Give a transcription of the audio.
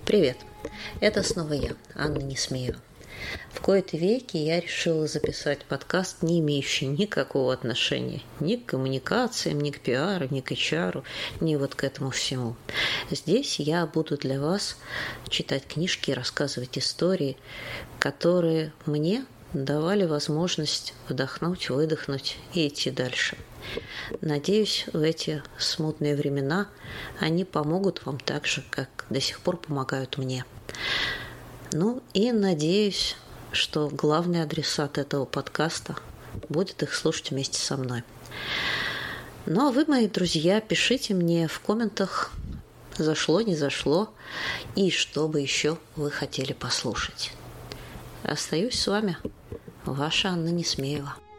Привет! Это снова я, Анна Несмеева. В кои-то веки я решила записать подкаст, не имеющий никакого отношения ни к коммуникациям, ни к пиару, ни к HR, ни вот к этому всему. Здесь я буду для вас читать книжки и рассказывать истории, которые мне давали возможность вдохнуть, выдохнуть и идти дальше. Надеюсь, в эти смутные времена они помогут вам так же, как до сих пор помогают мне. Ну и надеюсь, что главный адресат этого подкаста будет их слушать вместе со мной. Ну а вы, мои друзья, пишите мне в комментах, зашло, не зашло, и что бы еще вы хотели послушать. Остаюсь с вами, ваша Анна Несмеева.